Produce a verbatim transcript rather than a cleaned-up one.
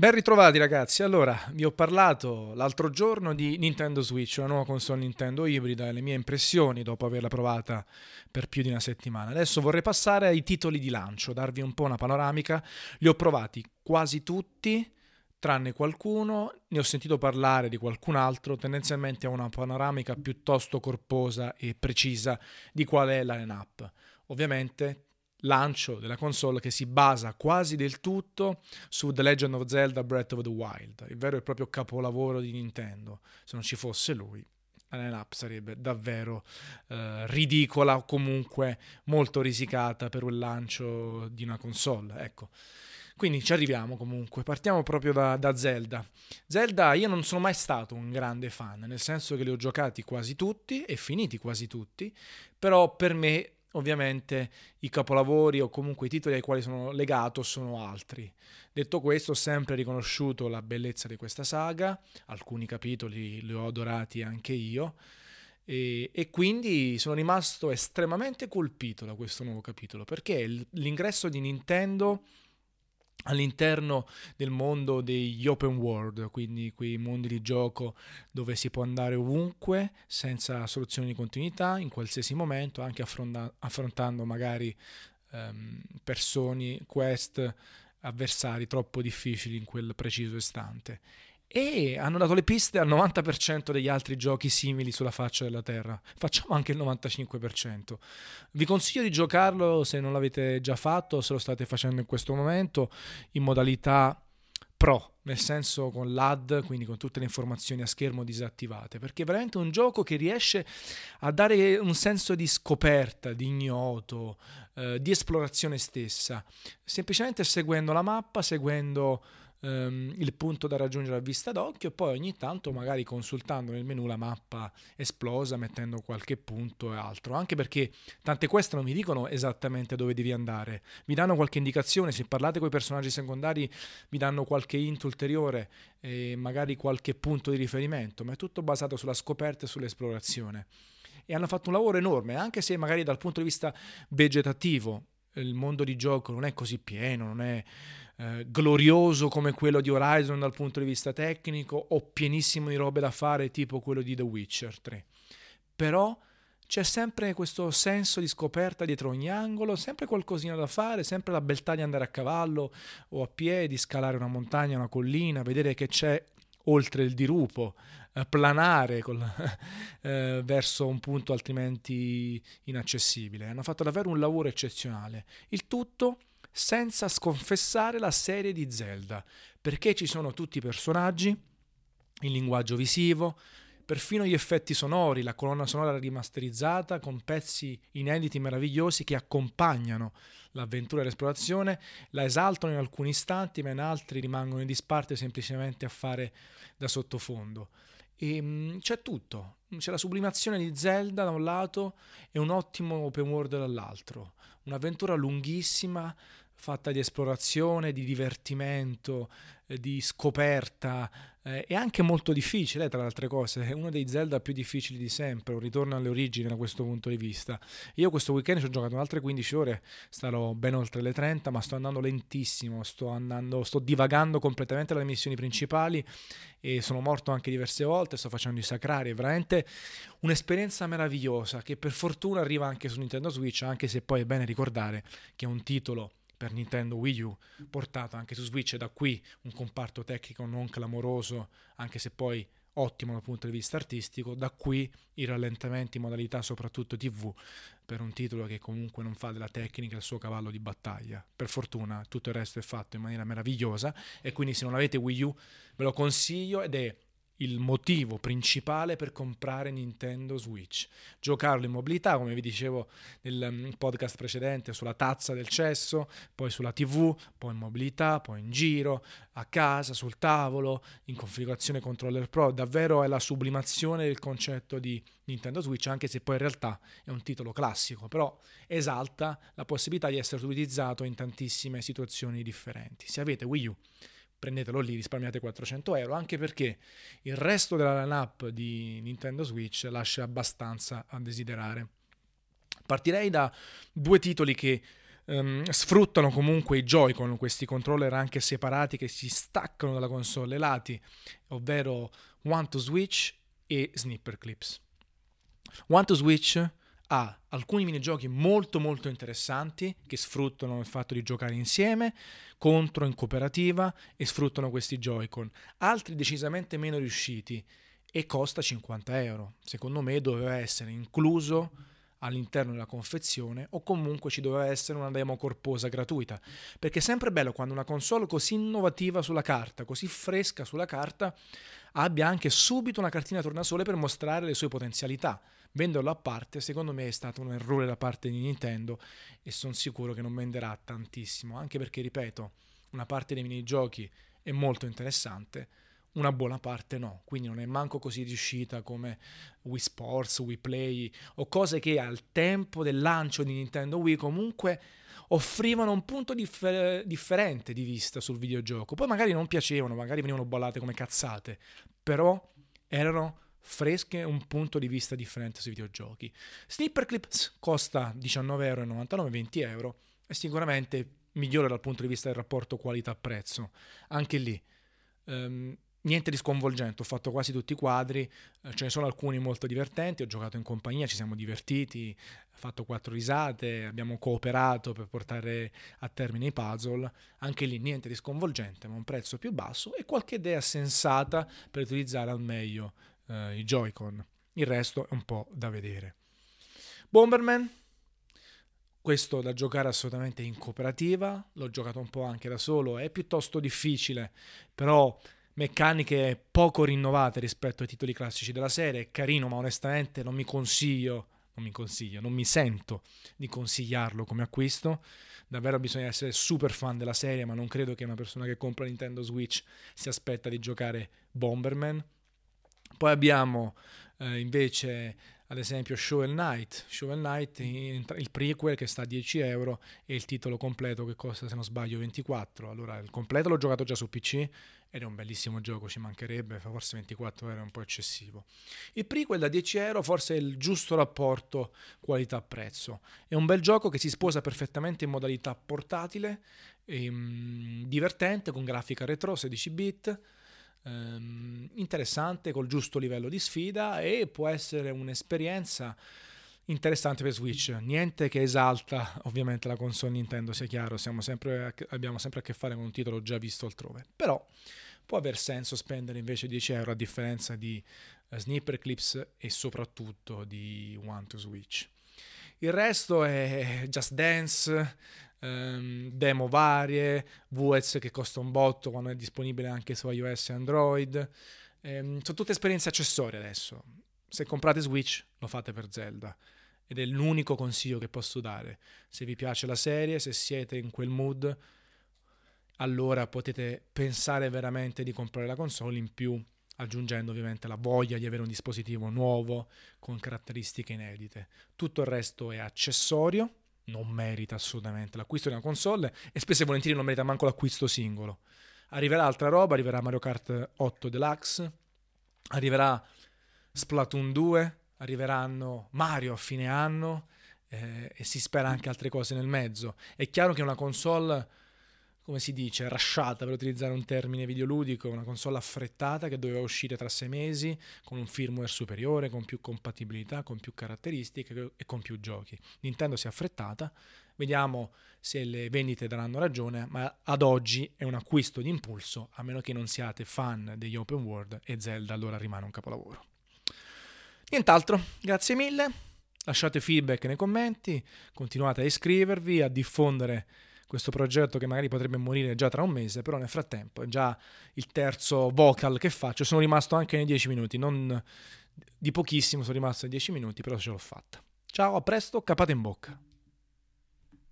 Ben ritrovati ragazzi, allora vi ho parlato l'altro giorno di Nintendo Switch, una nuova console Nintendo ibrida e le mie impressioni dopo averla provata per più di una settimana. Adesso vorrei passare ai titoli di lancio, darvi un po' una panoramica. Li ho provati quasi tutti, tranne qualcuno, ne ho sentito parlare di qualcun altro, tendenzialmente ho una panoramica piuttosto corposa e precisa di qual è la line-up. Ovviamente lancio della console che si basa quasi del tutto su The Legend of Zelda Breath of the Wild, il vero e proprio capolavoro di Nintendo. Se non ci fosse lui, la line-up sarebbe davvero eh, ridicola o comunque molto risicata per un lancio di una console, ecco. Quindi ci arriviamo comunque, partiamo proprio da, da Zelda. Zelda io non sono mai stato un grande fan, nel senso che li ho giocati quasi tutti e finiti quasi tutti, però per me ovviamente i capolavori o comunque i titoli ai quali sono legato sono altri. Detto questo, ho sempre riconosciuto la bellezza di questa saga, alcuni capitoli li ho adorati anche io e, e quindi sono rimasto estremamente colpito da questo nuovo capitolo perché l'ingresso di Nintendo all'interno del mondo degli open world, quindi quei mondi di gioco dove si può andare ovunque senza soluzioni di continuità in qualsiasi momento, anche affronta- affrontando magari um, persone, quest, avversari troppo difficili in quel preciso istante. E hanno dato le piste al novanta per cento degli altri giochi simili sulla faccia della terra. Facciamo anche il novantacinque per cento. Vi consiglio di giocarlo se non l'avete già fatto o se lo state facendo in questo momento in modalità pro, nel senso con l'A D, quindi con tutte le informazioni a schermo disattivate, perché è veramente un gioco che riesce a dare un senso di scoperta, di ignoto, eh, di esplorazione stessa, semplicemente seguendo la mappa, seguendo il punto da raggiungere a vista d'occhio e poi ogni tanto magari consultando nel menu la mappa esplosa, mettendo qualche punto e altro, anche perché tante queste non vi dicono esattamente dove devi andare, vi danno qualche indicazione, se parlate con i personaggi secondari vi danno qualche hint ulteriore e magari qualche punto di riferimento, ma è tutto basato sulla scoperta e sull'esplorazione. E hanno fatto un lavoro enorme, anche se magari dal punto di vista vegetativo il mondo di gioco non è così pieno, non è eh, glorioso come quello di Horizon dal punto di vista tecnico o pienissimo di robe da fare tipo quello di The Witcher tre. Però c'è sempre questo senso di scoperta dietro ogni angolo, sempre qualcosina da fare, sempre la beltà di andare a cavallo o a piedi, scalare una montagna, una collina, vedere che c'è oltre il dirupo, eh, planare col, eh, verso un punto altrimenti inaccessibile. Hanno fatto davvero un lavoro eccezionale. Il tutto senza sconfessare la serie di Zelda, perché ci sono tutti i personaggi, il linguaggio visivo, perfino gli effetti sonori, la colonna sonora rimasterizzata con pezzi inediti meravigliosi che accompagnano l'avventura e l'esplorazione, la esaltano in alcuni istanti, ma in altri rimangono in disparte semplicemente a fare da sottofondo. E mh, c'è tutto, c'è la sublimazione di Zelda da un lato e un ottimo open world dall'altro, un'avventura lunghissima fatta di esplorazione, di divertimento, eh, di scoperta eh, e anche molto difficile, tra le altre cose, è uno dei Zelda più difficili di sempre, un ritorno alle origini da questo punto di vista. Io questo weekend ci ho giocato altre quindici ore, starò ben oltre le trenta, ma sto andando lentissimo, sto andando, sto divagando completamente dalle missioni principali e sono morto anche diverse volte, sto facendo i sacrari, è veramente un'esperienza meravigliosa che per fortuna arriva anche su Nintendo Switch, anche se poi è bene ricordare che è un titolo per Nintendo Wii U portato anche su Switch, e da qui un comparto tecnico non clamoroso, anche se poi ottimo dal punto di vista artistico, da qui i rallentamenti in modalità soprattutto tivù per un titolo che comunque non fa della tecnica il suo cavallo di battaglia. Per fortuna tutto il resto è fatto in maniera meravigliosa e quindi se non avete Wii U ve lo consiglio ed è il motivo principale per comprare Nintendo Switch. Giocarlo in mobilità, come vi dicevo nel podcast precedente, sulla tazza del cesso, poi sulla tivù, poi in mobilità, poi in giro, a casa, sul tavolo, in configurazione controller pro. Davvero è la sublimazione del concetto di Nintendo Switch, anche se poi in realtà è un titolo classico, però esalta la possibilità di essere utilizzato in tantissime situazioni differenti. Se avete Wii U, prendetelo lì, risparmiate quattrocento euro, anche perché il resto della line-up di Nintendo Switch lascia abbastanza a desiderare. Partirei da due titoli che Um, sfruttano comunque i Joy-Con, questi controller anche separati che si staccano dalla console ai lati, ovvero One to Switch e Snipper Clips. One to Switch ha alcuni minigiochi molto molto interessanti che sfruttano il fatto di giocare insieme, contro, in cooperativa, e sfruttano questi Joy-Con. Altri decisamente meno riusciti e costa cinquanta euro. Secondo me doveva essere incluso all'interno della confezione, o comunque ci doveva essere una demo corposa gratuita, perché è sempre bello quando una console così innovativa sulla carta, così fresca sulla carta, abbia anche subito una cartina tornasole per mostrare le sue potenzialità. Venderlo a parte secondo me è stato un errore da parte di Nintendo e sono sicuro che non venderà tantissimo, anche perché, ripeto, una parte dei minigiochi è molto interessante, una buona parte no, quindi non è manco così riuscita come Wii Sports, Wii Play o cose che al tempo del lancio di Nintendo Wii comunque offrivano un punto differ- differente di vista sul videogioco. Poi magari non piacevano, magari venivano ballate come cazzate, però erano fresche, un punto di vista differente sui videogiochi. Snipper Clips costa diciannove e novantanove euro, venti euro, è sicuramente migliore dal punto di vista del rapporto qualità-prezzo. Anche lì um, niente di sconvolgente, ho fatto quasi tutti i quadri, eh, ce ne sono alcuni molto divertenti, ho giocato in compagnia, ci siamo divertiti, ho fatto quattro risate, abbiamo cooperato per portare a termine i puzzle. Anche lì niente di sconvolgente, ma un prezzo più basso e qualche idea sensata per utilizzare al meglio eh, i Joy-Con. Il resto è un po' da vedere. Bomberman, questo da giocare assolutamente in cooperativa, l'ho giocato un po' anche da solo, è piuttosto difficile, però meccaniche poco rinnovate rispetto ai titoli classici della serie, è carino, ma onestamente non mi consiglio, non mi consiglio, non mi sento di consigliarlo come acquisto. Davvero bisogna essere super fan della serie, ma non credo che una persona che compra Nintendo Switch si aspetta di giocare Bomberman. Poi abbiamo eh, invece ad esempio Shovel Knight, Shovel Knight il prequel che sta a dieci euro e il titolo completo che costa, se non sbaglio, ventiquattro. Allora il completo l'ho giocato già su P C ed è un bellissimo gioco, ci mancherebbe, forse ventiquattro euro è un po' eccessivo. Il prequel da dieci euro forse è il giusto rapporto qualità-prezzo, è un bel gioco che si sposa perfettamente in modalità portatile, ehm, divertente, con grafica retro sedici bit, Um, interessante, col giusto livello di sfida, e può essere un'esperienza interessante per Switch. Niente che esalta ovviamente la console Nintendo, sia chiaro, siamo sempre a, abbiamo sempre a che fare con un titolo già visto altrove, però può aver senso spendere invece dieci euro a differenza di uh, Snipper Clips e soprattutto di One to Switch. Il resto è Just Dance, Um, demo varie, V E Z che costa un botto quando è disponibile anche su iOS e Android. Um, sono tutte esperienze accessorie adesso. Se comprate Switch lo fate per Zelda ed è l'unico consiglio che posso dare. Se vi piace la serie, se siete in quel mood, allora potete pensare veramente di comprare la console, in più aggiungendo ovviamente la voglia di avere un dispositivo nuovo con caratteristiche inedite. Tutto il resto è accessorio, non merita assolutamente l'acquisto di una console e spesso e volentieri non merita manco l'acquisto singolo. Arriverà altra roba, arriverà Mario Kart otto Deluxe, arriverà Splatoon due, arriveranno Mario a fine anno eh, e si spera anche altre cose nel mezzo. È chiaro che una console, come si dice, rasciata, per utilizzare un termine videoludico, una console affrettata che doveva uscire tra sei mesi con un firmware superiore, con più compatibilità, con più caratteristiche e con più giochi. Nintendo si è affrettata, vediamo se le vendite daranno ragione, ma ad oggi è un acquisto di impulso, a meno che non siate fan degli open world, e Zelda allora rimane un capolavoro. Nient'altro, grazie mille, lasciate feedback nei commenti, continuate a iscrivervi, a diffondere questo progetto che magari potrebbe morire già tra un mese, però nel frattempo è già il terzo vocal che faccio, sono rimasto anche nei dieci minuti, non di pochissimo, sono rimasto ai dieci minuti, però ce l'ho fatta. Ciao, a presto, capate in bocca.